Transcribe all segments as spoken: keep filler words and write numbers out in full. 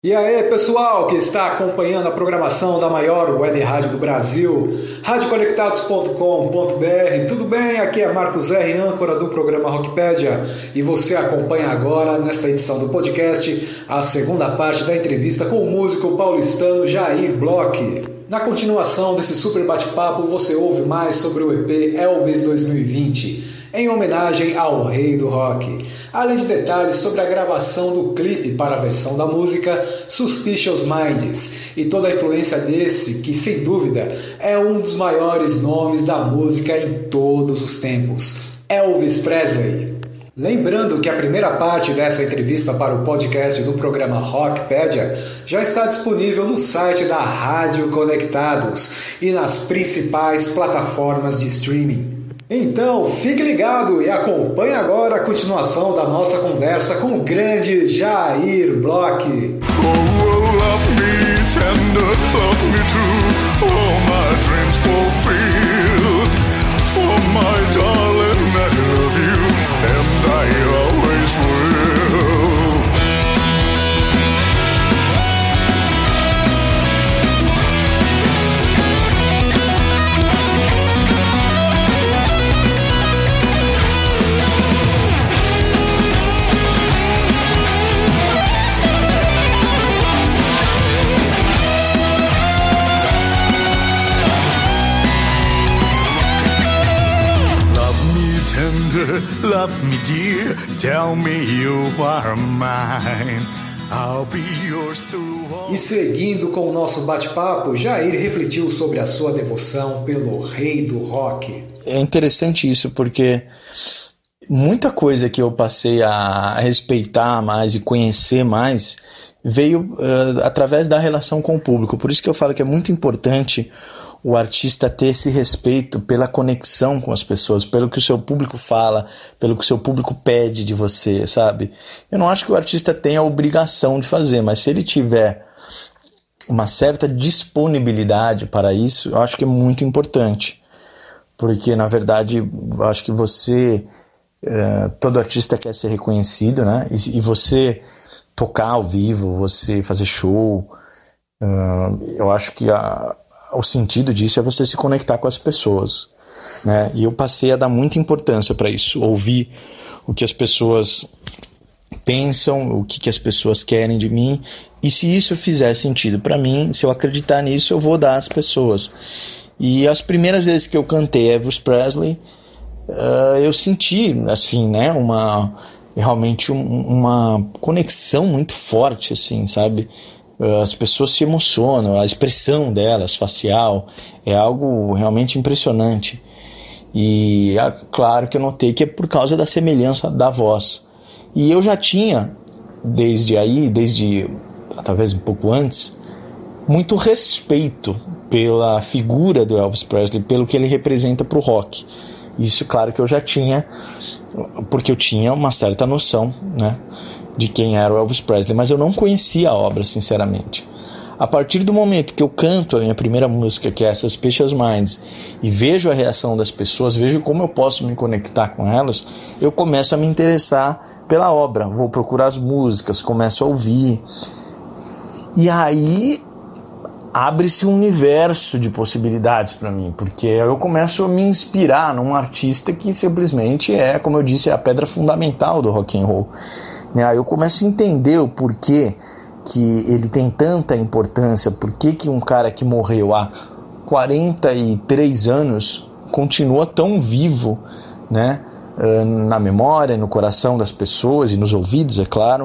E aí, pessoal que está acompanhando a programação da maior web rádio do Brasil, rádio conectados ponto com ponto b r, tudo bem? Aqui é Marcos R., âncora do programa Rockpedia, e você acompanha agora, nesta edição do podcast, a segunda parte da entrevista com o músico paulistano Jair Bloch. Na continuação desse super bate-papo, você ouve mais sobre o E P Elvis dois mil e vinte, em homenagem ao rei do rock, além de detalhes sobre a gravação do clipe para a versão da música Suspicious Minds e toda a influência desse, que sem dúvida é um dos maiores nomes da música em todos os tempos, Elvis Presley. Lembrando que a primeira parte dessa entrevista para o podcast do programa Rockpedia já está disponível no site da Rádio Conectados e nas principais plataformas de streaming. Então, fique ligado e acompanhe agora a continuação da nossa conversa com o grande Jair Bloch. Oh, love me tender, love me true, all my dreams fulfilled. For my darling, I love you, and I always will. Love me dear, tell me you are mine, I'll be yours through all... E seguindo com o nosso bate-papo, Jair refletiu sobre a sua devoção pelo rei do rock. É interessante isso, porque muita coisa que eu passei a respeitar mais e conhecer mais veio uh, através da relação com o público. Por isso que eu falo que é muito importante o artista ter esse respeito pela conexão com as pessoas, pelo que o seu público fala, pelo que o seu público pede de você, sabe? Eu não acho que o artista tenha a obrigação de fazer, mas se ele tiver uma certa disponibilidade para isso, eu acho que é muito importante. Porque, na verdade, eu acho que você, é, todo artista quer ser reconhecido, né? E, e você tocar ao vivo, você fazer show, uh, eu acho que a o sentido disso é você se conectar com as pessoas, né? E eu passei a dar muita importância para isso, ouvir o que as pessoas pensam, o que, que as pessoas querem de mim, e se isso fizer sentido para mim, se eu acreditar nisso, eu vou dar às pessoas. E as primeiras vezes que eu cantei Elvis Presley, uh, eu senti, assim, né, uma, realmente um, uma conexão muito forte, assim, sabe? As pessoas se emocionam, a expressão delas, facial, é algo realmente impressionante. E é claro que eu notei que é por causa da semelhança da voz. E eu já tinha, desde aí, desde talvez um pouco antes, muito respeito pela figura do Elvis Presley, pelo que ele representa para o rock. Isso, claro que eu já tinha, porque eu tinha uma certa noção, né, de quem era o Elvis Presley, mas eu não conhecia a obra, sinceramente. A partir do momento que eu canto a minha primeira música, que é essa Suspicious Minds, e vejo a reação das pessoas, vejo como eu posso me conectar com elas, eu começo a me interessar pela obra, vou procurar as músicas, começo a ouvir, e aí abre-se um universo de possibilidades para mim, porque eu começo a me inspirar num artista que simplesmente é, como eu disse, é a pedra fundamental do rock and roll. Aí eu começo a entender o porquê que ele tem tanta importância, porquê que um cara que morreu há quarenta e três anos continua tão vivo, né, na memória, no coração das pessoas e nos ouvidos, é claro,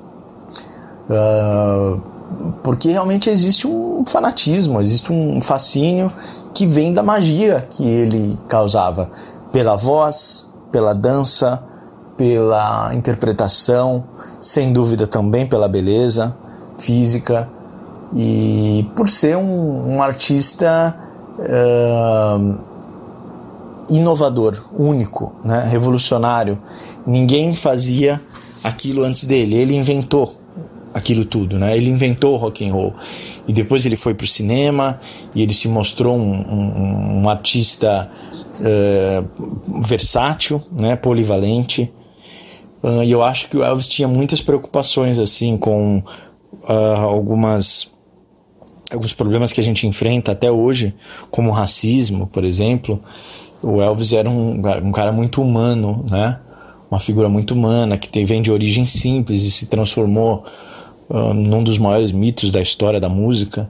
porque realmente existe um fanatismo, existe um fascínio que vem da magia que ele causava, pela voz, pela dança, pela interpretação, sem dúvida também pela beleza física e por ser um, um artista uh, inovador, único, né, revolucionário. Ninguém fazia aquilo antes dele, ele inventou aquilo tudo, né? Ele inventou o rock and roll e depois ele foi para o cinema e ele se mostrou um, um, um artista uh, versátil, né, polivalente. Uh, e eu acho que o Elvis tinha muitas preocupações assim com uh, algumas, alguns problemas que a gente enfrenta até hoje, como o racismo, por exemplo, o Elvis era um, um cara muito humano, né? Uma figura muito humana, que tem, vem de origem simples e se transformou uh, num dos maiores mitos da história da música.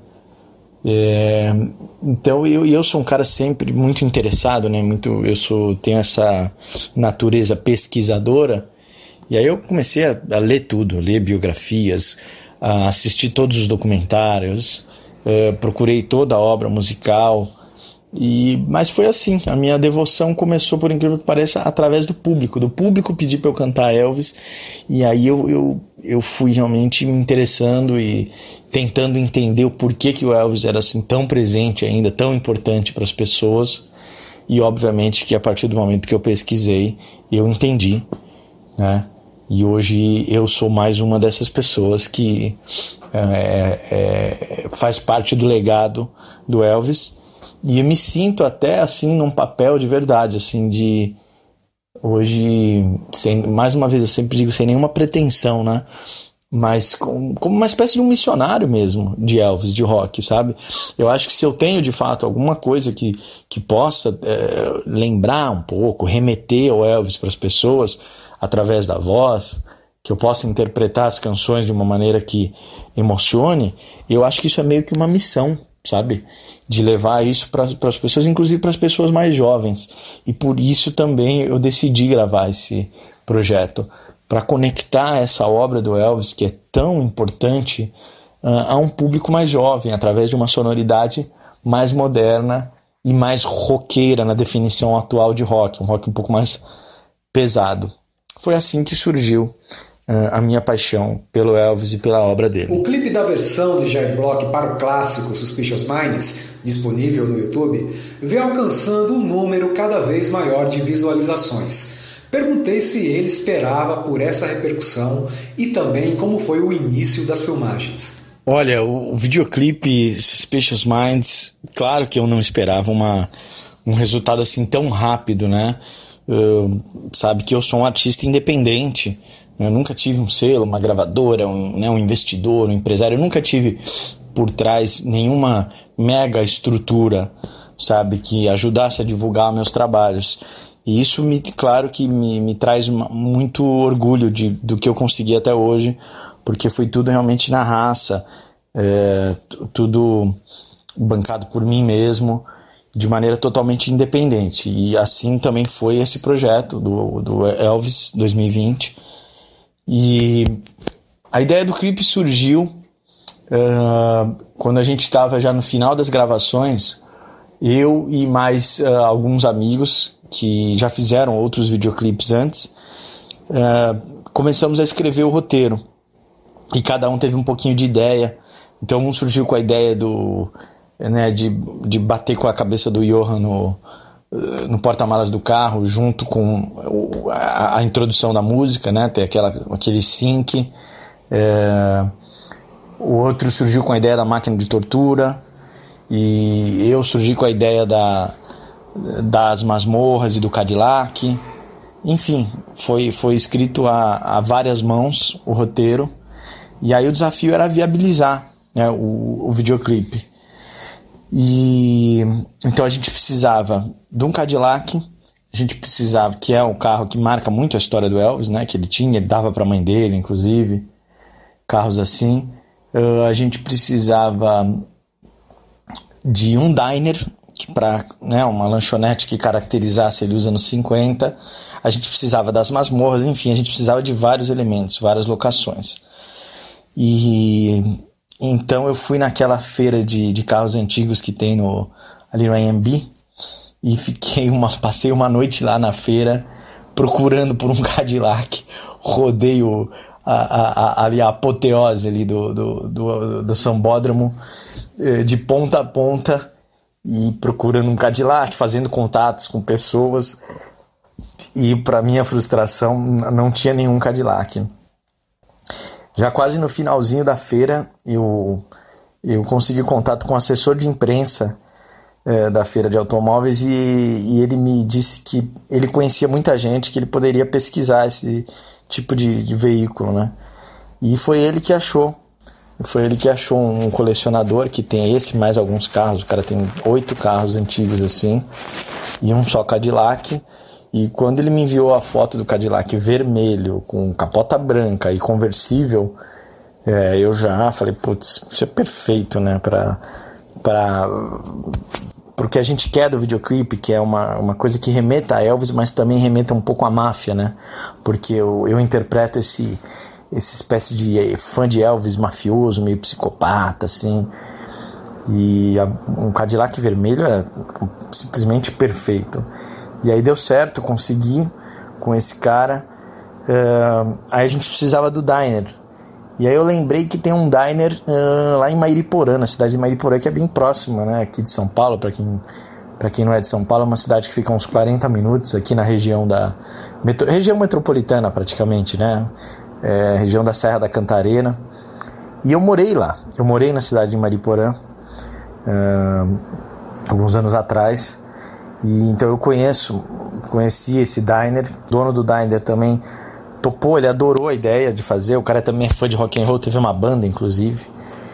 É, então eu, eu sou um cara sempre muito interessado, né? Muito, eu sou, tenho essa natureza pesquisadora, e aí eu comecei a, a ler tudo, ler biografias, a assistir todos os documentários, é, procurei toda a obra musical, e, mas foi assim, a minha devoção começou, por incrível que pareça, através do público, do público pedir para eu cantar Elvis, e aí eu, eu, eu fui realmente me interessando e tentando entender o porquê que o Elvis era assim tão presente ainda, tão importante para as pessoas, e obviamente que a partir do momento que eu pesquisei, eu entendi, né? E hoje eu sou mais uma dessas pessoas que é, é, faz parte do legado do Elvis, e eu me sinto até assim num papel de verdade, assim, de hoje, sem, mais uma vez eu sempre digo, sem nenhuma pretensão, né? Mas como, como uma espécie de um missionário mesmo de Elvis, de rock, sabe? Eu acho que se eu tenho de fato alguma coisa que, que possa é, lembrar um pouco, remeter ao Elvis para as pessoas através da voz, que eu possa interpretar as canções de uma maneira que emocione, eu acho que isso é meio que uma missão, sabe? De levar isso para as pessoas, inclusive para as pessoas mais jovens. E por isso também eu decidi gravar esse projeto, para conectar essa obra do Elvis, que é tão importante, uh, a um público mais jovem, através de uma sonoridade mais moderna e mais roqueira na definição atual de rock, um rock um pouco mais pesado. Foi assim que surgiu uh, a minha paixão pelo Elvis e pela obra dele. O clipe da versão de Jair Block para o clássico Suspicious Minds, disponível no YouTube, vem alcançando um número cada vez maior de visualizações. Perguntei se ele esperava por essa repercussão e também como foi o início das filmagens. Olha, o videoclipe Suspicious Minds, claro que eu não esperava uma, um resultado assim tão rápido, né? Uh, sabe que eu sou um artista independente, eu nunca tive um selo, uma gravadora, um, né, um investidor, um empresário, eu nunca tive por trás nenhuma mega estrutura, sabe, que ajudasse a divulgar meus trabalhos. E isso, me, claro que me, me traz muito orgulho de, do que eu consegui até hoje, porque foi tudo realmente na raça, é, tudo bancado por mim mesmo, de maneira totalmente independente. E assim também foi esse projeto do, do Elvis dois mil e vinte. E a ideia do clipe surgiu uh, quando a gente estava já no final das gravações, eu e mais uh, alguns amigos que já fizeram outros videoclipes antes, uh, começamos a escrever o roteiro, e cada um teve um pouquinho de ideia. Então um surgiu com a ideia do, né, de, de bater com a cabeça do Johan no, no porta-malas do carro, junto com a, a introdução da música, né, ter aquela, aquele sync. É, o outro surgiu com a ideia da máquina de tortura, e eu surgi com a ideia da das masmorras e do Cadillac. Enfim, foi, foi escrito a, a várias mãos o roteiro, e aí o desafio era viabilizar, né, o, o videoclipe. E então a gente precisava de um Cadillac, a gente precisava, que é um carro que marca muito a história do Elvis, né, que ele tinha, ele dava para a mãe dele, inclusive, carros assim. Uh, a gente precisava de um diner, para, né, uma lanchonete que caracterizasse ele os anos cinquenta. A gente precisava das masmorras, enfim, a gente precisava de vários elementos, várias locações. E então eu fui naquela feira de, de carros antigos que tem no, ali no A M B, e fiquei uma, passei uma noite lá na feira procurando por um Cadillac. Rodei o, a, a, a, ali a apoteose ali do, do, do, do Sambódromo, de ponta a ponta, e procurando um Cadillac, fazendo contatos com pessoas, e para minha frustração não tinha nenhum Cadillac. Já quase no finalzinho da feira eu, eu consegui contato com o assessor de imprensa é, da feira de automóveis, e, e ele me disse que ele conhecia muita gente, que ele poderia pesquisar esse tipo de, de veículo, né? E foi ele que achou Foi ele que achou um colecionador que tem esse mais alguns carros. O cara tem oito carros antigos assim e um só Cadillac. E quando ele me enviou a foto do Cadillac vermelho com capota branca e conversível, é, eu já falei, putz, isso é perfeito, né, para para porque a gente quer do videoclipe, que é uma, uma coisa que remeta a Elvis, mas também remeta um pouco à máfia, né? Porque eu, eu interpreto esse, esse espécie de fã de Elvis mafioso, meio psicopata, assim. E a, um Cadillac vermelho era simplesmente perfeito. E aí deu certo, consegui com esse cara. Uh, aí a gente precisava do diner. E aí eu lembrei que tem um diner uh, lá em Mairiporã, na cidade de Mairiporã, que é bem próxima, né, aqui de São Paulo. Para quem, para quem não é de São Paulo, é uma cidade que fica uns quarenta minutos aqui na região da metro, região metropolitana praticamente, né, é, região da Serra da Cantareira. E eu morei lá, eu morei na cidade de Mairiporã uh, alguns anos atrás. E então eu conheço, conheci esse diner, o dono do diner também topou, ele adorou a ideia de fazer. O cara também é fã de rock and roll, teve uma banda inclusive,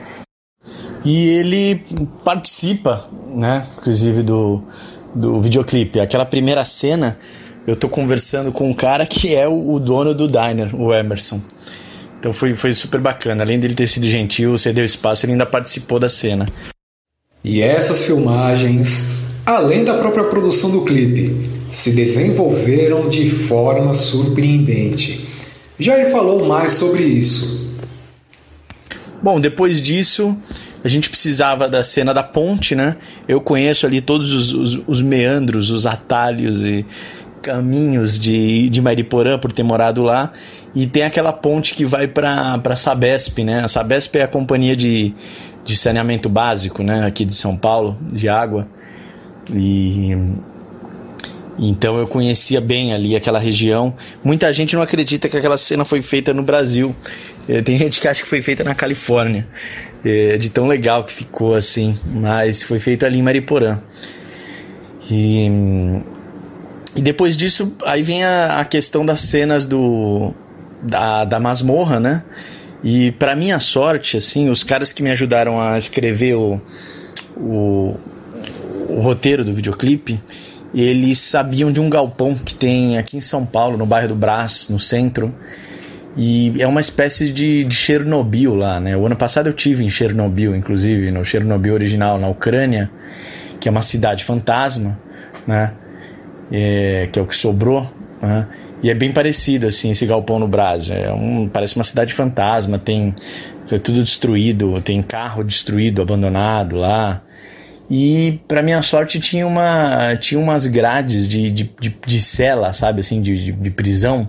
e ele participa, né, inclusive do, do videoclipe. Aquela primeira cena eu tô conversando com um cara que é o, o dono do diner, o Emerson. Então foi, foi super bacana, além dele ter sido gentil, cedeu espaço, ele ainda participou da cena. E essas filmagens, além da própria produção do clipe, se desenvolveram de forma surpreendente. Jair falou mais sobre isso. Bom, depois disso, a gente precisava da cena da ponte, né? Eu conheço ali todos os, os, os meandros, os atalhos e caminhos de, de Mairiporã, por ter morado lá. E tem aquela ponte que vai para a Sabesp, né? A Sabesp é a companhia de, de saneamento básico, né, aqui de São Paulo, de água. E então eu conhecia bem ali aquela região. Muita gente não acredita que aquela cena foi feita no Brasil. Tem gente que acha que foi feita na Califórnia, de tão legal que ficou assim, mas foi feita ali em Mairiporã. E, e depois disso aí vem a, a questão das cenas do, da, da masmorra, né? E para minha sorte, assim, os caras que me ajudaram a escrever o, o o roteiro do videoclipe, eles sabiam de um galpão que tem aqui em São Paulo, no bairro do Brás, no centro, e é uma espécie de, de Chernobyl lá, né? O ano passado eu tive em Chernobyl, inclusive, no Chernobyl original, na Ucrânia, que é uma cidade fantasma, né? É, que é o que sobrou, né? E é bem parecido, assim, esse galpão no Brás. É um, parece uma cidade fantasma, tem é tudo destruído, tem carro destruído, abandonado lá. E, pra minha sorte, tinha, uma, tinha umas grades de, de, de, de cela, sabe, assim, de, de, de prisão.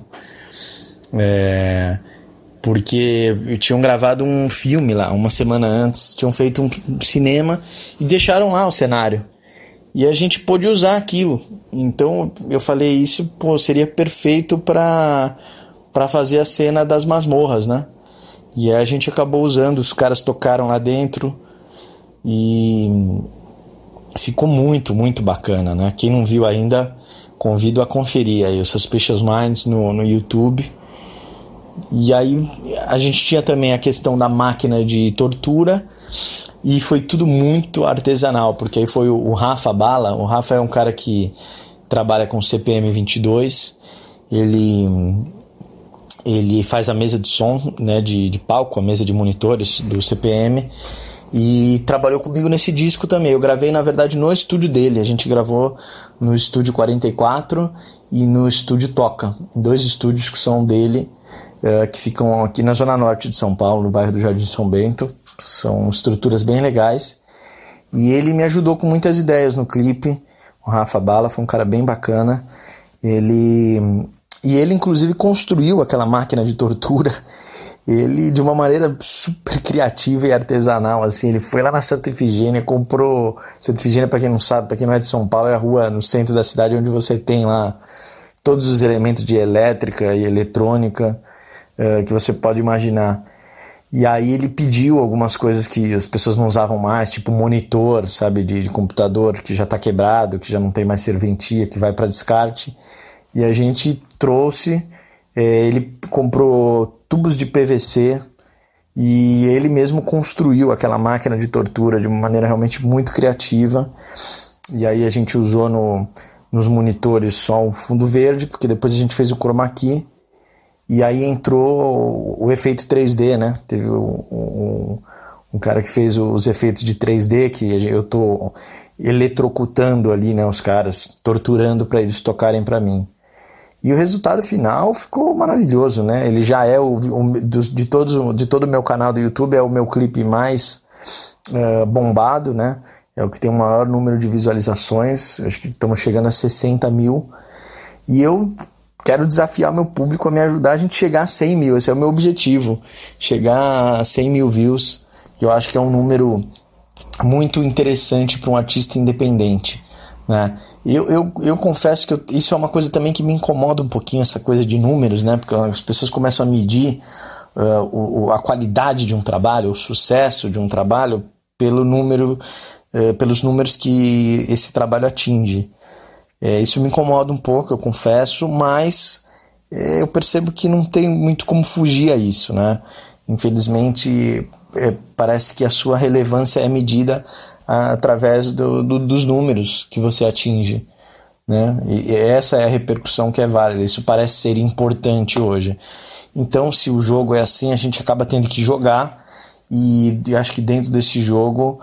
É, porque tinham gravado um filme lá, uma semana antes, tinham feito um cinema e deixaram lá o cenário. E a gente pôde usar aquilo. Então, eu falei, isso, pô, seria perfeito pra, pra fazer a cena das masmorras, né? E aí a gente acabou usando, os caras tocaram lá dentro e ficou muito, muito bacana, né? Quem não viu ainda, convido a conferir aí o Suspicious Minds no, no YouTube. E aí a gente tinha também a questão da máquina de tortura e foi tudo muito artesanal, porque aí foi o, o Rafa Bala. O Rafa é um cara que trabalha com C P M vinte e dois, ele, ele faz a mesa de som, né, de, de palco, a mesa de monitores do C P M, e trabalhou comigo nesse disco também. Eu gravei, na verdade, no estúdio dele. A gente gravou no estúdio quarenta e quatro e no estúdio Toca, dois estúdios que são dele, uh, que ficam aqui na zona norte de São Paulo, no bairro do Jardim São Bento. São estruturas bem legais. E ele me ajudou com muitas ideias no clipe. O Rafa Bala foi um cara bem bacana. Ele... E ele, inclusive, construiu aquela máquina de tortura, ele de uma maneira super criativa e artesanal, assim. Ele foi lá na Santa Efigênia, comprou... Santa Efigênia, para quem não sabe, para quem não é de São Paulo, é a rua no centro da cidade onde você tem lá todos os elementos de elétrica e eletrônica uh, que você pode imaginar. E aí ele pediu algumas coisas que as pessoas não usavam mais, tipo monitor, sabe, de, de computador que já está quebrado, que já não tem mais serventia, que vai para descarte. E a gente trouxe, é, ele comprou tubos de P V C e ele mesmo construiu aquela máquina de tortura de uma maneira realmente muito criativa. E aí a gente usou no, nos monitores só um fundo verde, porque depois a gente fez o chroma key, e aí entrou o, o efeito três D, né? Teve o, o, um cara que fez os efeitos de três D, que eu tô eletrocutando ali, né, os caras, torturando para eles tocarem para mim. E o resultado final ficou maravilhoso, né? Ele já é o, o dos, de todos, de todo o meu canal do YouTube, é o meu clipe mais uh, bombado, né? É o que tem o maior número de visualizações. Acho que estamos chegando a sessenta mil. E eu quero desafiar meu público a me ajudar a gente chegar a cem mil. Esse é o meu objetivo, chegar a cem mil views, que eu acho que é um número muito interessante para um artista independente, né? Eu, eu, eu confesso que eu, isso é uma coisa também que me incomoda um pouquinho, essa coisa de números, né? Porque as pessoas começam a medir uh, o, a qualidade de um trabalho, o sucesso de um trabalho pelo número, uh, pelos números que esse trabalho atinge. É, isso me incomoda um pouco, eu confesso, mas é, eu percebo que não tem muito como fugir a isso, né? Infelizmente, é, parece que a sua relevância é medida através do, do, dos números que você atinge, né? E essa é a repercussão que é válida. Isso parece ser importante hoje. Então, se o jogo é assim, a gente acaba tendo que jogar, e, e acho que dentro desse jogo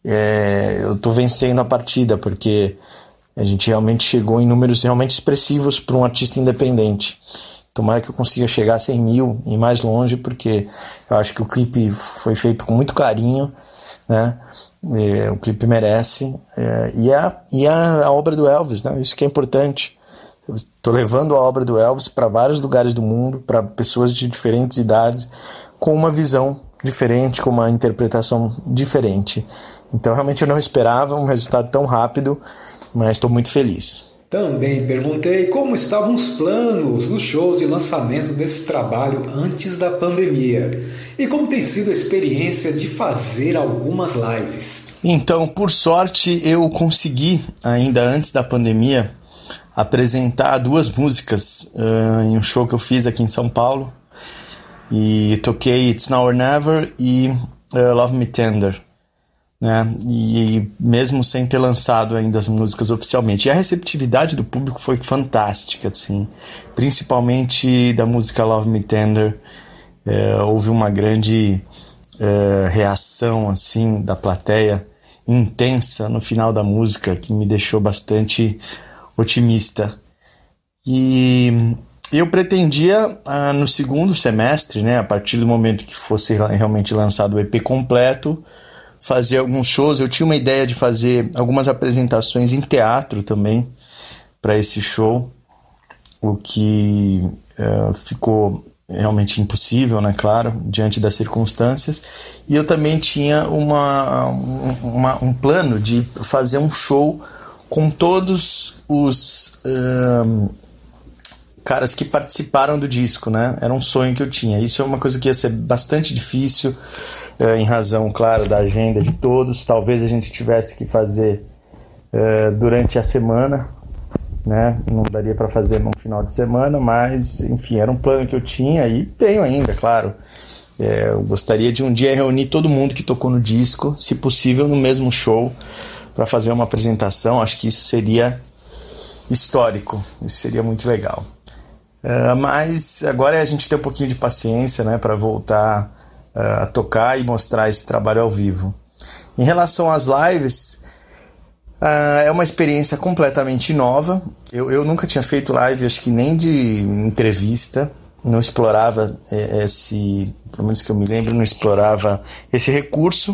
é, eu estou vencendo a partida, porque a gente realmente chegou em números realmente expressivos para um artista independente. Tomara que eu consiga chegar a cem mil e mais longe, porque eu acho que o clipe foi feito com muito carinho, né? É, o clipe merece, é, e, a, e a, a obra do Elvis, né? Isso que é importante. Estou levando a obra do Elvis para vários lugares do mundo, para pessoas de diferentes idades, com uma visão diferente, com uma interpretação diferente. Então realmente eu não esperava um resultado tão rápido, mas estou muito feliz. Também perguntei como estavam os planos dos shows e lançamento desse trabalho antes da pandemia e como tem sido a experiência de fazer algumas lives. Então, por sorte, eu consegui, ainda antes da pandemia, apresentar duas músicas uh, em um show que eu fiz aqui em São Paulo, e toquei It's Now or Never e uh, Love Me Tender, né? E mesmo sem ter lançado ainda as músicas oficialmente, e a receptividade do público foi fantástica, assim, principalmente da música Love Me Tender. É, houve uma grande é, reação assim da plateia, intensa no final da música, que me deixou bastante otimista. E eu pretendia ah, no segundo semestre, né, a partir do momento que fosse realmente lançado o E P completo, fazer alguns shows. Eu tinha uma ideia de fazer algumas apresentações em teatro também para esse show, o que uh, ficou realmente impossível, né, claro, diante das circunstâncias. E eu também tinha uma, uma, um plano de fazer um show com todos os uh, caras que participaram do disco, né? Era um sonho que eu tinha. Isso é uma coisa que ia ser bastante difícil, uh, em razão, claro, da agenda de todos. Talvez a gente tivesse que fazer uh, durante a semana, né? Não daria para fazer num final de semana, mas enfim, era um plano que eu tinha e tenho ainda, claro. É, eu gostaria de um dia reunir todo mundo que tocou no disco, se possível no mesmo show, para fazer uma apresentação. Acho que isso seria histórico, isso seria muito legal. Uh, mas agora é a gente ter um pouquinho de paciência, né, para voltar uh, a tocar e mostrar esse trabalho ao vivo. Em relação às lives, Uh, é uma experiência completamente nova. Eu, eu nunca tinha feito live, acho que nem de entrevista. Não explorava esse, pelo menos que eu me lembro, não explorava esse recurso.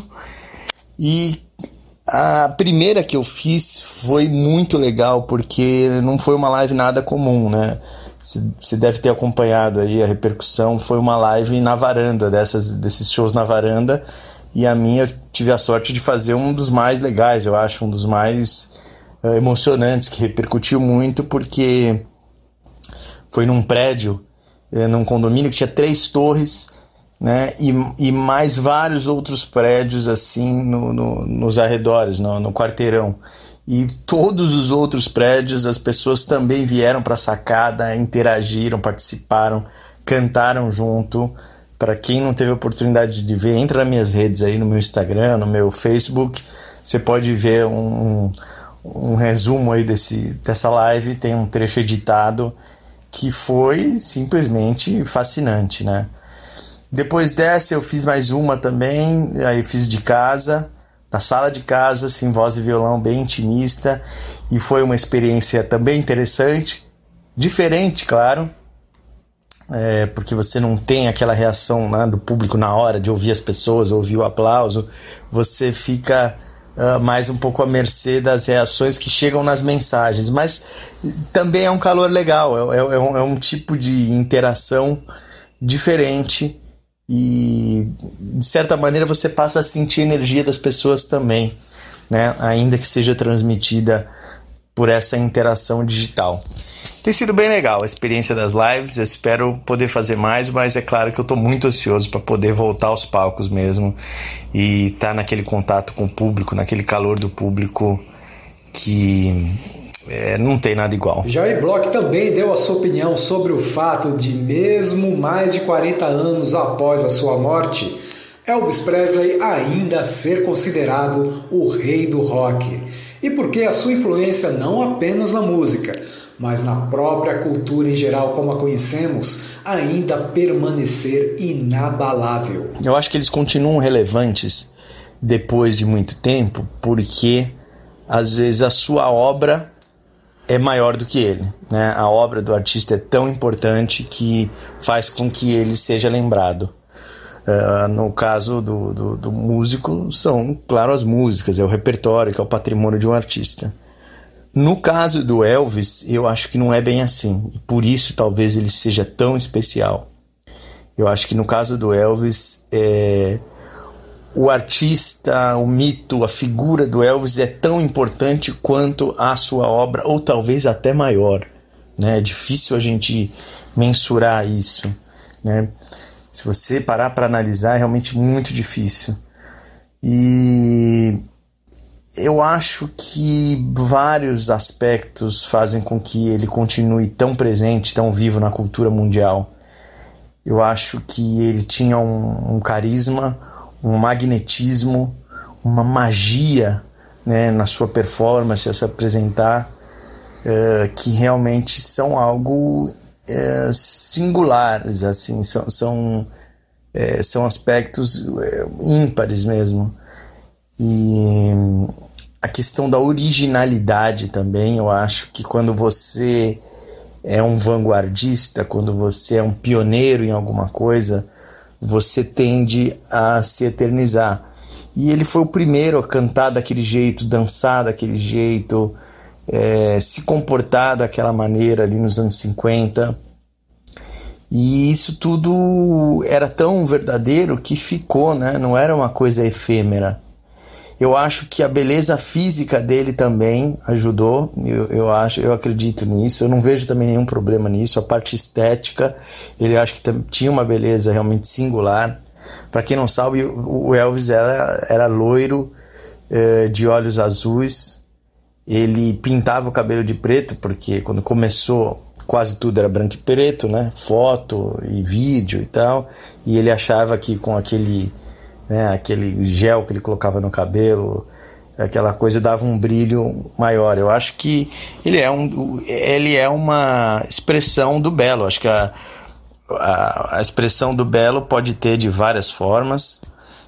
E a primeira que eu fiz foi muito legal, porque não foi uma live nada comum, né? Você deve ter acompanhado aí a repercussão. Foi uma live na varanda, dessas, desses shows na varanda. E a minha, eu tive a sorte de fazer um dos mais legais, eu acho, um dos mais uh, emocionantes, que repercutiu muito, porque foi num prédio, uh, num condomínio que tinha três torres, né, e, e mais vários outros prédios assim no, no, nos arredores, no, no quarteirão. E todos os outros prédios, as pessoas também vieram para a sacada, interagiram, participaram, cantaram junto. para quem não teve a oportunidade de ver, entra nas minhas redes aí, no meu Instagram, no meu Facebook, você pode ver um, um resumo aí desse, dessa live, tem um trecho editado que foi simplesmente fascinante, né? Depois dessa eu fiz mais uma também, aí eu fiz de casa, na sala de casa, assim, voz e violão bem intimista, e foi uma experiência também interessante, diferente, claro, é, porque você não tem aquela reação, né, do público na hora de ouvir as pessoas, ouvir o aplauso, você fica uh, mais um pouco à mercê das reações que chegam nas mensagens, mas também é um calor legal, é, é, é, um, é um tipo de interação diferente e, de certa maneira, você passa a sentir a energia das pessoas também, né, ainda que seja transmitida por essa interação digital. Tem sido bem legal a experiência das lives, eu espero poder fazer mais, mas é claro que eu estou muito ansioso para poder voltar aos palcos mesmo e estar tá naquele contato com o público, naquele calor do público que é, não tem nada igual. Jair Bloch também deu a sua opinião sobre o fato de, mesmo mais de quarenta anos após a sua morte, Elvis Presley ainda ser considerado o rei do rock. E porque a sua influência não apenas na música, mas na própria cultura em geral como a conhecemos, ainda permanecer inabalável. Eu acho que eles continuam relevantes depois de muito tempo, porque às vezes a sua obra é maior do que ele, né? A obra do artista é tão importante que faz com que ele seja lembrado. Uh, no caso do, do, do músico, são, claro, as músicas, é o repertório, que é o patrimônio de um artista. No caso do Elvis, eu acho que não é bem assim, e por isso talvez ele seja tão especial. Eu acho que no caso do Elvis, é, o artista, o mito, a figura do Elvis é tão importante quanto a sua obra, ou talvez até maior, né? É difícil a gente mensurar isso, né? Se você parar para analisar, é realmente muito difícil. E eu acho que vários aspectos fazem com que ele continue tão presente, tão vivo na cultura mundial. Eu acho que ele tinha um, um carisma, um magnetismo, uma magia, né, na sua performance, a se apresentar, uh, que realmente são algo uh, singulares, assim, são, são, uh, são aspectos uh, ímpares mesmo. E a questão da originalidade também, eu acho que quando você é um vanguardista, quando você é um pioneiro em alguma coisa, você tende a se eternizar. E ele foi o primeiro a cantar daquele jeito, dançar daquele jeito, é, se comportar daquela maneira ali nos anos cinquenta. E isso tudo era tão verdadeiro que ficou, né? Não era uma coisa efêmera. Eu acho que a beleza física dele também ajudou, eu, eu, acho, eu acredito nisso, eu não vejo também nenhum problema nisso. A parte estética, ele acho que tinha uma beleza realmente singular. Para quem não sabe, o Elvis era, era loiro, eh, de olhos azuis, ele pintava o cabelo de preto, porque quando começou quase tudo era branco e preto, né? Foto e vídeo e tal, e ele achava que com aquele... né, aquele gel que ele colocava no cabelo, aquela coisa dava um brilho maior. Eu acho que ele é, um, ele é uma expressão do belo. Acho que a, a, a expressão do belo pode ter de várias formas,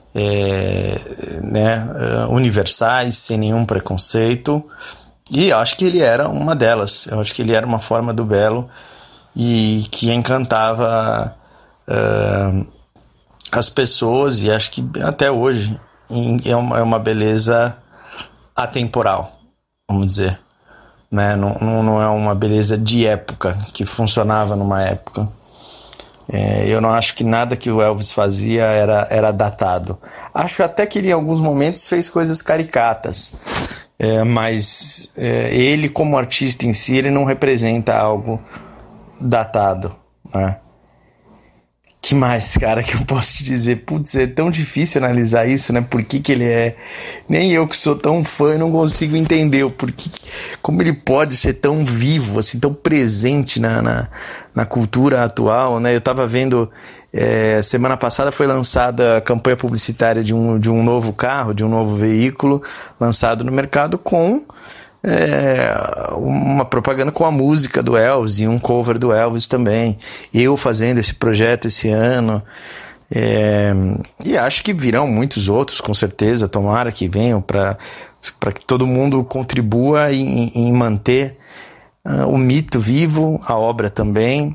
é, né, universais, sem nenhum preconceito, e eu acho que ele era uma delas. Eu acho que ele era uma forma do belo e que encantava uh, as pessoas, e acho que até hoje é uma, é uma beleza atemporal, vamos dizer, né? Não, não, não é uma beleza de época, que funcionava numa época. É, eu não acho que nada que o Elvis fazia era, era datado. Acho até que ele em alguns momentos fez coisas caricatas, é, mas é, ele como artista em si, ele não representa algo datado, né? Que mais, cara, que eu posso te dizer? Putz, é tão difícil analisar isso, né? Por que que ele é... Nem eu que sou tão fã não consigo entender o porquê, como ele pode ser tão vivo, assim, tão presente na, na, na cultura atual, né? Eu tava vendo É, semana passada foi lançada a campanha publicitária de um, de um novo carro, de um novo veículo lançado no mercado com é, uma propaganda com a música do Elvis e um cover do Elvis também. Eu fazendo esse projeto esse ano. É, e acho que virão muitos outros, com certeza. Tomara que venham para que todo mundo contribua em, em manter uh, o mito vivo, a obra também.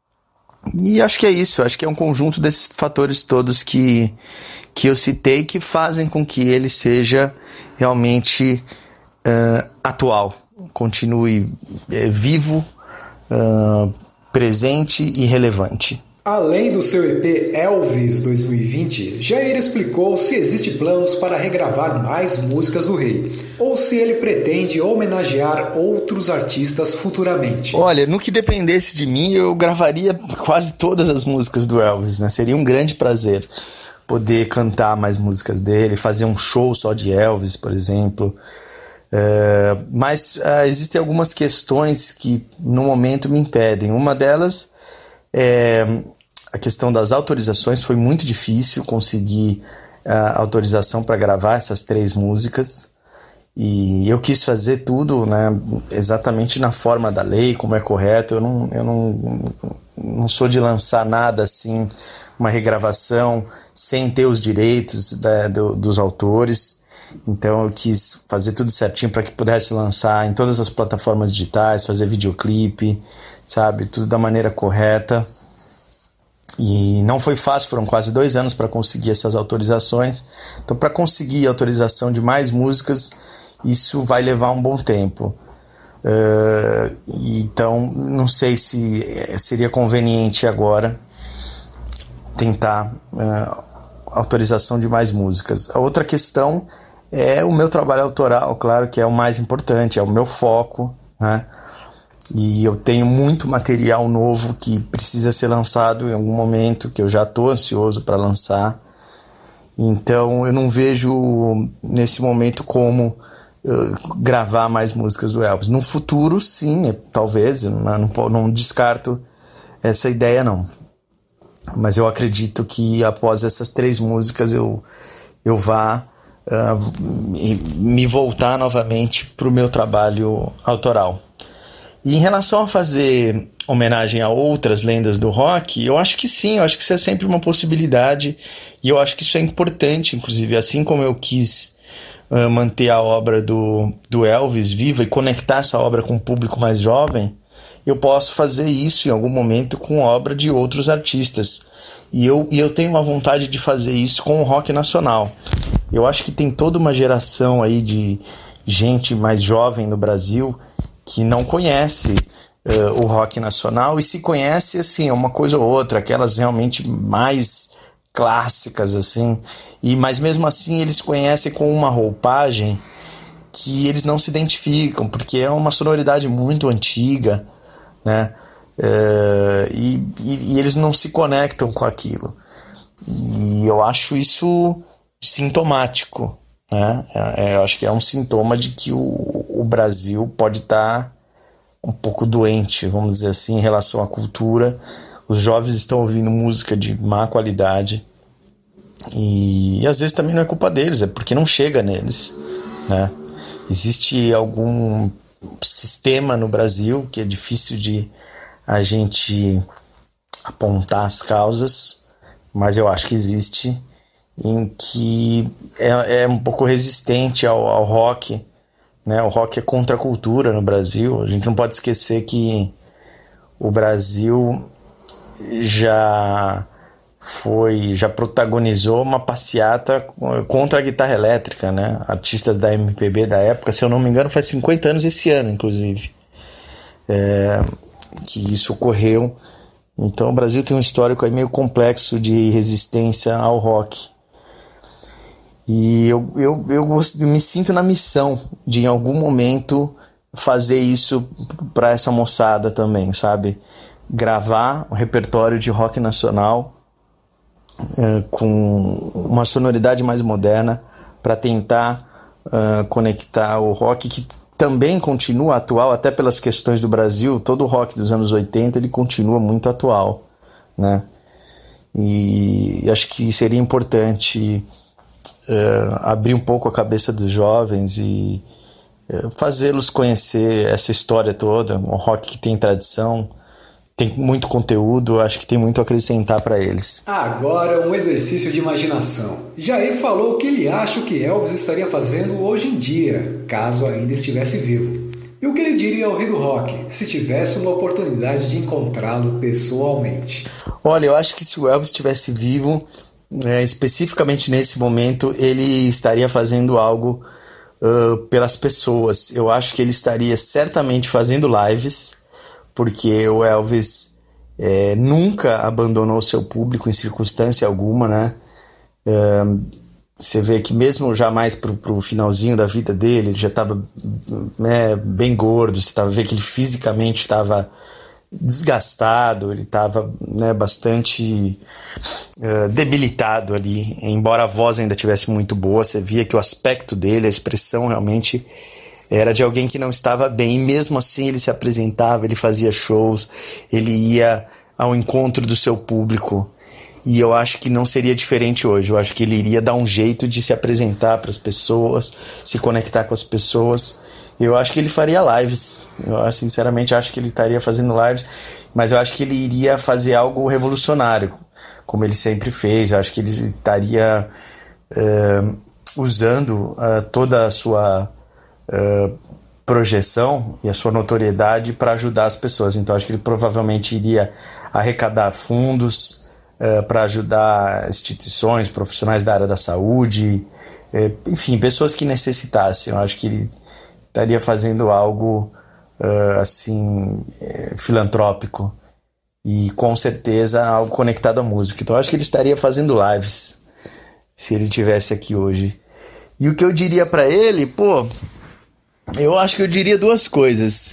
E acho que é isso, acho que é um conjunto desses fatores todos que, que eu citei que fazem com que ele seja realmente uh, atual, continue uh, vivo, uh, presente e relevante. Além do seu E P Elvis dois mil e vinte, Jair explicou se existe planos para regravar mais músicas do rei, ou se ele pretende homenagear outros artistas futuramente. Olha, no que dependesse de mim, eu gravaria quase todas as músicas do Elvis, né? Seria um grande prazer poder cantar mais músicas dele, fazer um show só de Elvis, por exemplo. Uh, mas uh, existem algumas questões que no momento me impedem. Uma delas é a questão das autorizações. Foi muito difícil conseguir a autorização para gravar essas três músicas, e eu quis fazer tudo, né, exatamente na forma da lei, como é correto. Eu não, eu não, não sou de lançar nada assim, uma regravação sem ter os direitos da, do, dos autores. Então eu quis fazer tudo certinho para que pudesse lançar em todas as plataformas digitais, fazer videoclipe, sabe, tudo da maneira correta. E não foi fácil, foram quase dois anos para conseguir essas autorizações. Então, para conseguir a autorização de mais músicas, isso vai levar um bom tempo. Uh, então, não sei se seria conveniente agora tentar uh, autorização de mais músicas. A outra questão é o meu trabalho autoral, claro, que é o mais importante, é o meu foco, né? E eu tenho muito material novo que precisa ser lançado em algum momento, que eu já estou ansioso para lançar. Então eu não vejo nesse momento como uh, gravar mais músicas do Elvis. No futuro, sim, talvez, eu não, não, não descarto essa ideia, não. Mas eu acredito que após essas três músicas eu, eu vá uh, me voltar novamente para o meu trabalho autoral. E em relação a fazer homenagem a outras lendas do rock, eu acho que sim, eu acho que isso é sempre uma possibilidade, e eu acho que isso é importante, inclusive, assim como eu quis uh, manter a obra do, do Elvis viva e conectar essa obra com um público mais jovem, eu posso fazer isso em algum momento com obra de outros artistas. E eu, e eu tenho uma vontade de fazer isso com o rock nacional. Eu acho que tem toda uma geração aí de gente mais jovem no Brasil que não conhece uh, o rock nacional, e se conhece, assim, é uma coisa ou outra, aquelas realmente mais clássicas, assim, e, mas mesmo assim eles conhecem com uma roupagem que eles não se identificam, porque é uma sonoridade muito antiga, né, uh, e, e, e eles não se conectam com aquilo, e eu acho isso sintomático. Né? É, eu acho que é um sintoma de que o, o Brasil pode estar um pouco doente, vamos dizer assim, em relação à cultura. Os jovens estão ouvindo música de má qualidade, e, e às vezes também não é culpa deles, é porque não chega neles, né? Existe algum sistema no Brasil que é difícil de a gente apontar as causas, mas eu acho que existe, em que é, é um pouco resistente ao, ao rock, né? O rock é contra a cultura no Brasil. A gente não pode esquecer que o Brasil já foi, já protagonizou uma passeata contra a guitarra elétrica, né? Artistas da M P B da época, se eu não me engano, faz cinquenta anos esse ano, inclusive, é, que isso ocorreu. Então o Brasil tem um histórico aí meio complexo de resistência ao rock. E eu, eu, eu me sinto na missão de, em algum momento, fazer isso para essa moçada também, sabe? Gravar um repertório de rock nacional uh, com uma sonoridade mais moderna, para tentar uh, conectar o rock, que também continua atual, até pelas questões do Brasil. Todo o rock dos anos oitenta ele continua muito atual, né? e acho que seria importante uh, abrir um pouco a cabeça dos jovens e uh, fazê-los conhecer essa história toda, um rock que tem tradição, tem muito conteúdo, acho que tem muito a acrescentar para eles. Agora um exercício de imaginação. Jair falou o que ele acha que Elvis estaria fazendo hoje em dia, caso ainda estivesse vivo. E o que ele diria ao rei do rock, se tivesse uma oportunidade de encontrá-lo pessoalmente? Olha, eu acho que se o Elvis estivesse vivo, é, especificamente nesse momento, ele estaria fazendo algo uh, pelas pessoas. Eu acho que ele estaria certamente fazendo lives, porque o Elvis é, nunca abandonou seu público em circunstância alguma, né? É, você vê que mesmo já mais pro, pro finalzinho da vida dele, ele já estava né, bem gordo, você tava, vê que ele fisicamente estava desgastado, ele estava né, bastante uh, debilitado ali, embora a voz ainda tivesse muito boa, você via que o aspecto dele, a expressão realmente era de alguém que não estava bem, e mesmo assim ele se apresentava, ele fazia shows, ele ia ao encontro do seu público, e eu acho que não seria diferente hoje. Eu acho que ele iria dar um jeito de se apresentar para as pessoas, se conectar com as pessoas. Eu acho que ele faria lives, eu sinceramente acho que ele estaria fazendo lives, mas eu acho que ele iria fazer algo revolucionário, como ele sempre fez. Eu acho que ele estaria uh, usando uh, toda a sua Uh, projeção e a sua notoriedade para ajudar as pessoas. Então acho que ele provavelmente iria arrecadar fundos uh, para ajudar instituições, profissionais da área da saúde, uh, enfim, pessoas que necessitassem. Eu acho que ele estaria fazendo algo uh, assim uh, filantrópico e com certeza algo conectado à música. Então acho que ele estaria fazendo lives se ele estivesse aqui hoje. E o que eu diria para ele, pô, eu acho que eu diria duas coisas.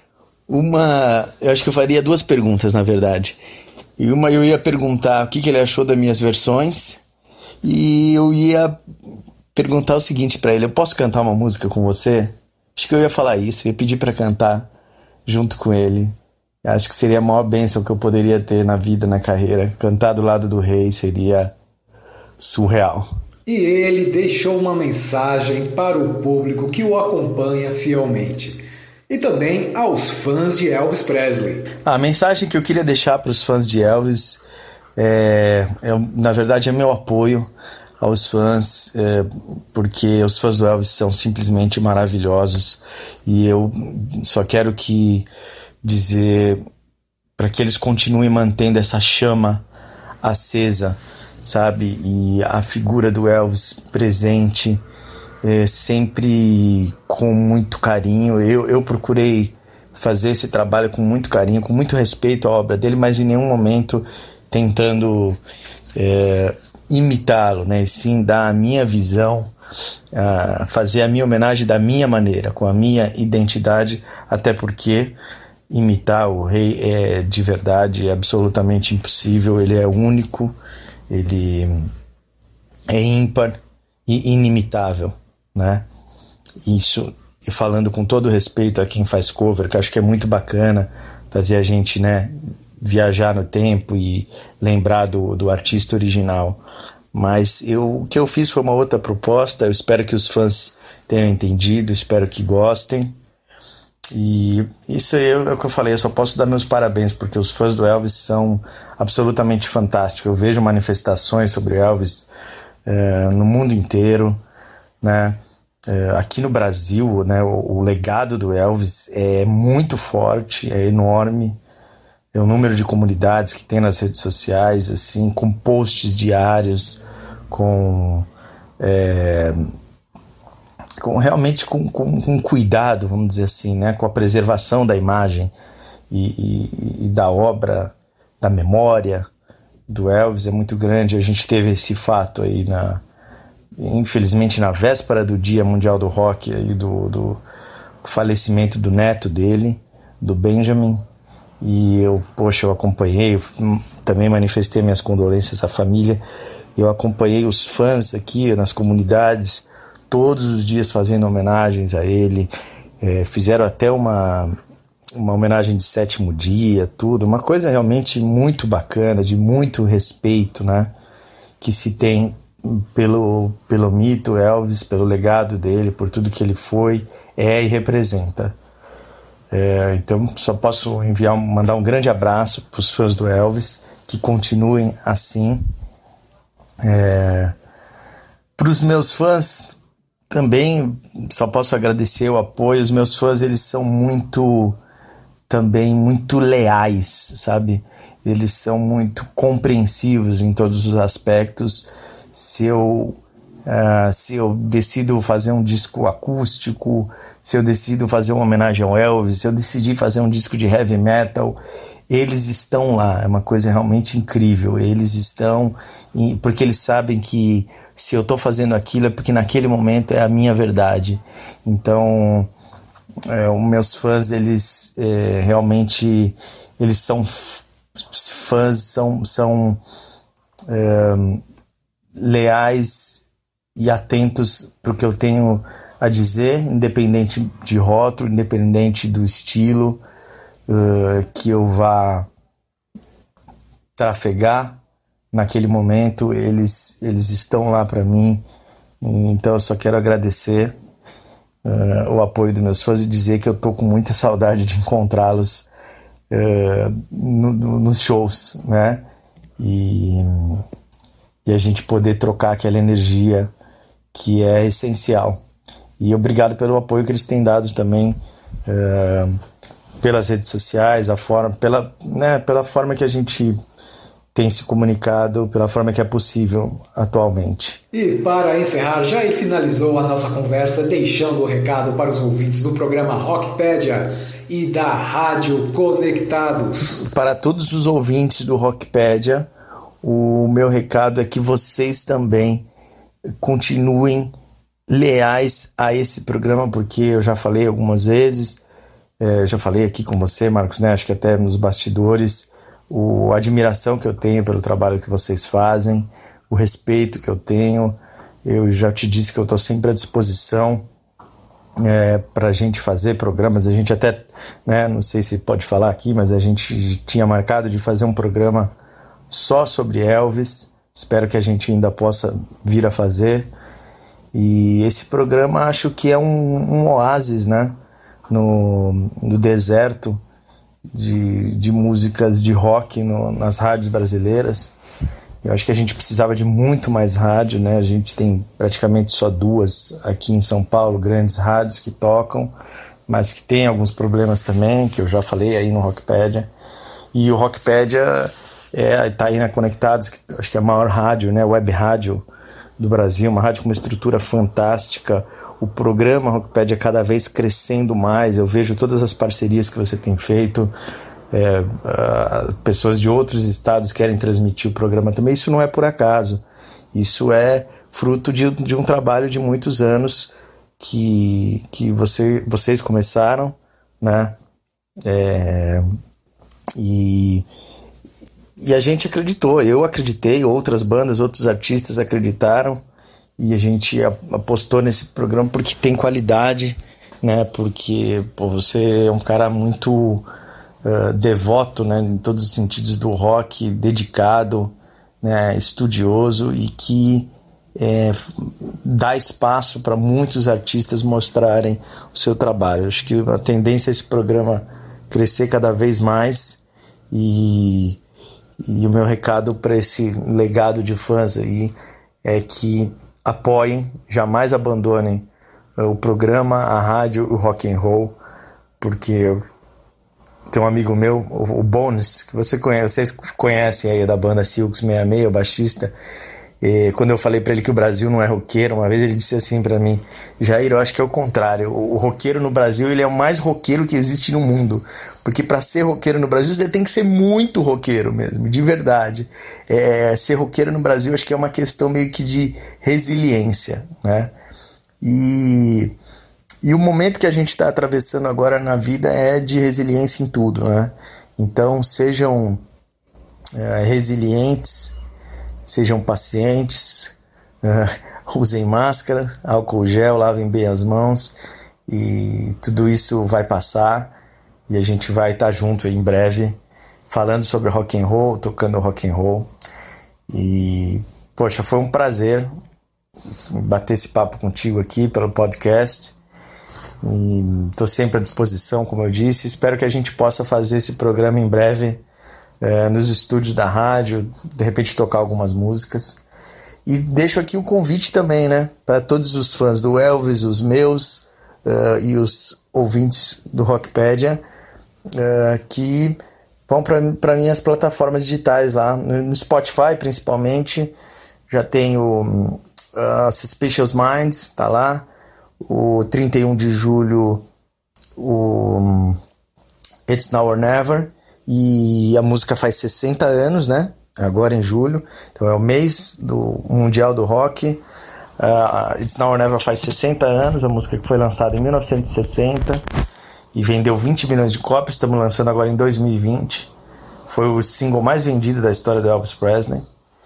Uma, eu acho que eu faria duas perguntas, na verdade. E uma eu ia perguntar o que, que ele achou das minhas versões, e eu ia perguntar o seguinte pra ele: eu posso cantar uma música com você? Acho que eu ia falar isso, eu ia pedir pra cantar junto com ele. Acho que seria a maior bênção que eu poderia ter na vida, na carreira. Cantar do lado do rei seria surreal. E ele deixou uma mensagem para o público que o acompanha fielmente. E também aos fãs de Elvis Presley. A mensagem que eu queria deixar para os fãs de Elvis é, é, na verdade, é meu apoio aos fãs, é, porque os fãs do Elvis são simplesmente maravilhosos. E eu só quero que dizer para que eles continuem mantendo essa chama acesa, sabe, e a figura do Elvis presente, é, sempre com muito carinho. Eu, eu procurei fazer esse trabalho com muito carinho, com muito respeito à obra dele, mas em nenhum momento tentando é, imitá-lo, né, e sim dar a minha visão, a fazer a minha homenagem da minha maneira, com a minha identidade, até porque imitar o rei é de verdade absolutamente impossível. Ele é único, ele é ímpar e inimitável, né? Isso, falando com todo respeito a quem faz cover, que acho que é muito bacana fazer a gente, né, viajar no tempo e lembrar do, do artista original. Mas eu, o que eu fiz foi uma outra proposta. Eu espero que os fãs tenham entendido, espero que gostem. E isso aí é o que eu falei, eu só posso dar meus parabéns, porque os fãs do Elvis são absolutamente fantásticos. Eu vejo manifestações sobre Elvis é, no mundo inteiro, né? É, aqui no Brasil, né, o, o legado do Elvis é muito forte, é enorme. É o número de comunidades que tem nas redes sociais, assim, com posts diários, com... É, com realmente com, com, com cuidado, vamos dizer assim, né, com a preservação da imagem e, e, e da obra, da memória do Elvis é muito grande. A gente teve esse fato aí, na, infelizmente, na véspera do Dia Mundial do Rock, aí do, do falecimento do neto dele, do Benjamin, e eu, poxa, eu acompanhei, eu também manifestei minhas condolências à família. Eu acompanhei os fãs aqui nas comunidades, todos os dias fazendo homenagens a ele, é, fizeram até uma, uma homenagem de sétimo dia, tudo, uma coisa realmente muito bacana, de muito respeito, né, que se tem pelo, pelo mito Elvis, pelo legado dele, por tudo que ele foi, é e representa. É, então só posso enviar, mandar um grande abraço para os fãs do Elvis, que continuem assim. É, para os meus fãs também só posso agradecer o apoio. Os meus fãs, eles são muito também muito leais, sabe? Eles são muito compreensivos em todos os aspectos. Se eu Uh, se eu decido fazer um disco acústico, se eu decido fazer uma homenagem ao Elvis, se eu decidir fazer um disco de heavy metal, eles estão lá. É uma coisa realmente incrível. Eles estão, porque eles sabem que se eu estou fazendo aquilo é porque naquele momento é a minha verdade. Então, é, os meus fãs, eles é, realmente, eles são fãs, são, são é, leais e atentos para o que eu tenho a dizer, independente de rótulo, independente do estilo uh, que eu vá trafegar naquele momento, eles, eles estão lá para mim. Então eu só quero agradecer uh, o apoio dos meus fãs e dizer que eu tô com muita saudade de encontrá-los uh, no, no, nos shows, né? E, e a gente poder trocar aquela energia que é essencial. E obrigado pelo apoio que eles têm dado também uh, pelas redes sociais, a forma, pela, né, pela forma que a gente tem se comunicado, pela forma que é possível atualmente. E para encerrar, Jair finalizou a nossa conversa deixando o recado para os ouvintes do programa Rockpedia e da Rádio Conectados. Para todos os ouvintes do Rockpedia, o meu recado é que vocês também continuem leais a esse programa, porque eu já falei algumas vezes, é, já falei aqui com você, Marcos, né? Acho que até nos bastidores, o, a admiração que eu tenho pelo trabalho que vocês fazem, o respeito que eu tenho. Eu já te disse que eu estou sempre à disposição é, para a gente fazer programas. A gente até, né, não sei se pode falar aqui, mas a gente tinha marcado de fazer um programa só sobre Elvis. Espero que a gente ainda possa vir a fazer. E esse programa acho que é um, um oásis, né? No, no deserto de, de músicas de rock no, nas rádios brasileiras. Eu acho que a gente precisava de muito mais rádio, né? A gente tem praticamente só duas aqui em São Paulo, grandes rádios que tocam, mas que tem alguns problemas também, que eu já falei aí no Rockpedia. E o Rockpedia é, tá aí na Conectados, que acho que é a maior rádio, né? Web rádio do Brasil, uma rádio com uma estrutura fantástica. O programa Rockpedia cada vez crescendo mais. Eu vejo todas as parcerias que você tem feito. É, uh, pessoas de outros estados querem transmitir o programa também. Isso não é por acaso. Isso é fruto de, de um trabalho de muitos anos que, que você, vocês começaram, né? É, e, e a gente acreditou. Eu acreditei, outras bandas, outros artistas acreditaram. E a gente apostou nesse programa porque tem qualidade, né? Porque pô, você é um cara muito uh, devoto, né? Em todos os sentidos do rock, dedicado, né? Estudioso e que é, dá espaço para muitos artistas mostrarem o seu trabalho. Acho que a tendência é esse programa crescer cada vez mais e, e o meu recado para esse legado de fãs aí é que apoiem, jamais abandonem o programa, a rádio, o rock and roll, porque tem um amigo meu, o Bones, que você conhece, vocês conhecem aí da banda Silks sessenta e seis, o baixista. E quando eu falei pra ele que o Brasil não é roqueiro, uma vez ele disse assim pra mim: Jair, eu acho que é o contrário, o, o roqueiro no Brasil, ele é o mais roqueiro que existe no mundo, porque pra ser roqueiro no Brasil você tem que ser muito roqueiro mesmo, de verdade. É, ser roqueiro no Brasil acho que é uma questão meio que de resiliência, né? E, e o momento que a gente está atravessando agora na vida é de resiliência em tudo, né? Então sejam é, resilientes, sejam pacientes, uh, usem máscara, álcool gel, lavem bem as mãos e tudo isso vai passar e a gente vai estar junto aí em breve, falando sobre rock and roll, tocando rock and roll. E, poxa, foi um prazer bater esse papo contigo aqui pelo podcast. E estou sempre à disposição, como eu disse. Espero que a gente possa fazer esse programa em breve é, nos estúdios da rádio, de repente tocar algumas músicas. E deixo aqui um convite também, né, para todos os fãs do Elvis, os meus uh, e os ouvintes do Rockpedia, uh, que vão para minhas plataformas digitais lá, no Spotify principalmente. Já tenho uh, Suspicious Minds, tá lá. O trinta e um de julho, o It's Now or Never. E a música faz sessenta anos, né? Agora em julho, então é o mês do Mundial do Rock. uh, It's Now or Never faz sessenta anos, a música que foi lançada em mil novecentos e sessenta e vendeu vinte milhões de cópias. Estamos lançando agora em dois mil e vinte. Foi o single mais vendido da história do Elvis Presley.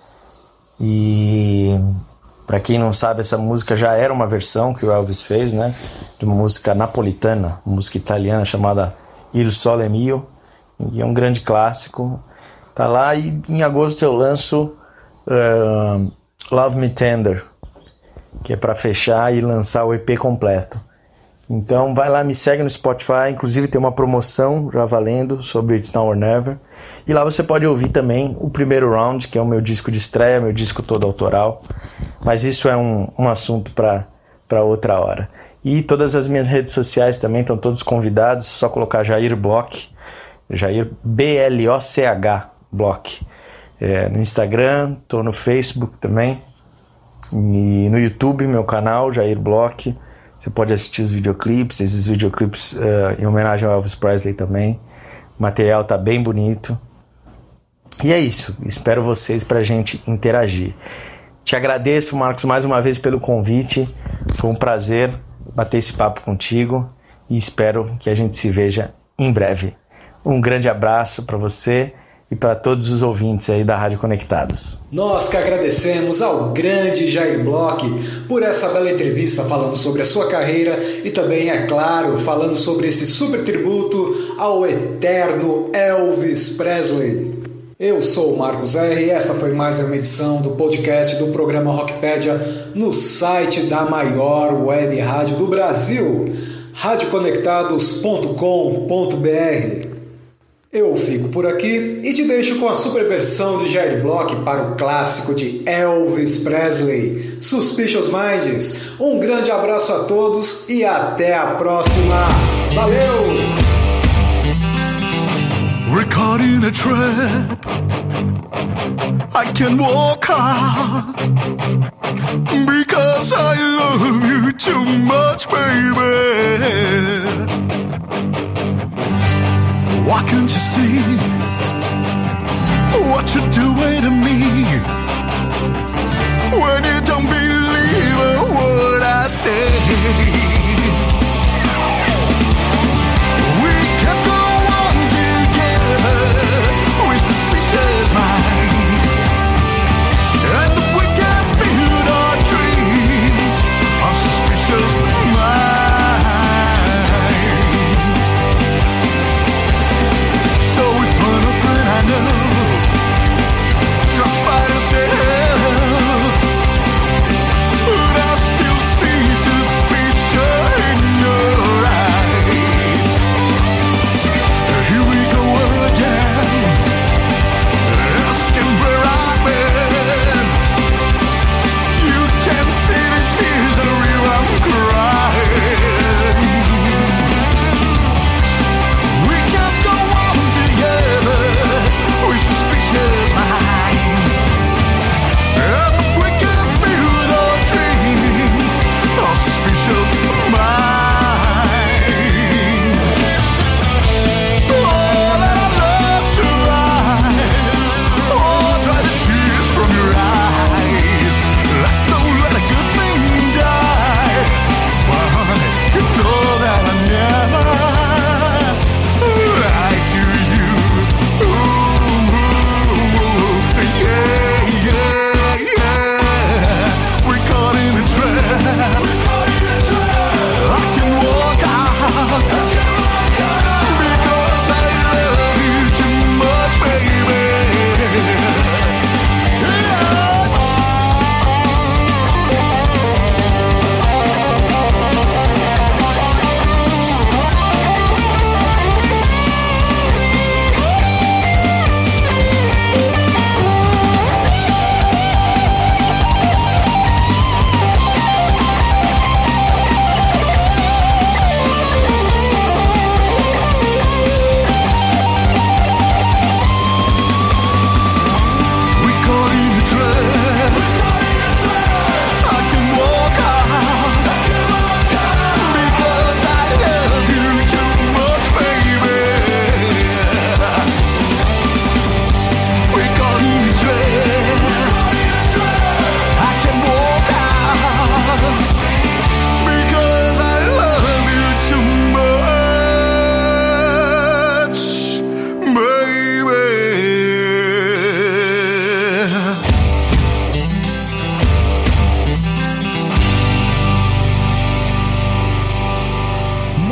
E para quem não sabe, essa música já era uma versão que o Elvis fez, né, de uma música napolitana, uma música italiana chamada Il Sole Mio, e é um grande clássico. Tá lá, e em agosto eu lanço uh, Love Me Tender, que é para fechar e lançar o E P completo. Então vai lá, me segue no Spotify, inclusive tem uma promoção já valendo sobre It's Now or Never. E lá você pode ouvir também o primeiro round, que é o meu disco de estreia, meu disco todo autoral. Mas isso é um, um assunto para outra hora. E todas as minhas redes sociais também estão todos convidados, só colocar Jair Bloch, Jair B L O C H. Bloch. É, no Instagram, tô no Facebook também, e no YouTube, meu canal, Jair Bloch. Você pode assistir os videoclipes, esses videoclipes uh, em homenagem ao Elvis Presley também. O material tá bem bonito. E é isso, espero vocês pra gente interagir. Te agradeço, Marcos, mais uma vez pelo convite. Foi um prazer bater esse papo contigo e espero que a gente se veja em breve. Um grande abraço para você e para todos os ouvintes aí da Rádio Conectados. Nós que agradecemos ao grande Jair Bloch por essa bela entrevista falando sobre a sua carreira e também, é claro, falando sobre esse super tributo ao eterno Elvis Presley. Eu sou o Marcos R. e esta foi mais uma edição do podcast do programa Rockpedia no site da maior web rádio do Brasil, rádio conectados ponto com ponto b r. Eu fico por aqui e te deixo com a super versão de Jair Bloch para o clássico de Elvis Presley, Suspicious Minds. Um grande abraço a todos e até a próxima. Valeu! We're caught in a trap. I can walk out because I love you too much, baby. Why can't you see what you're doing to me when you don't believe what I say? We can go on together with suspicious minds, and we can build our dreams on suspicious minds. I know, just by yourself, but I still see suspicion.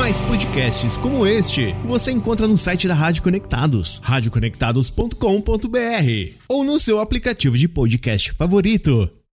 Mais podcasts como este você encontra no site da Rádio Conectados, rádio conectados ponto com ponto b r ou no seu aplicativo de podcast favorito.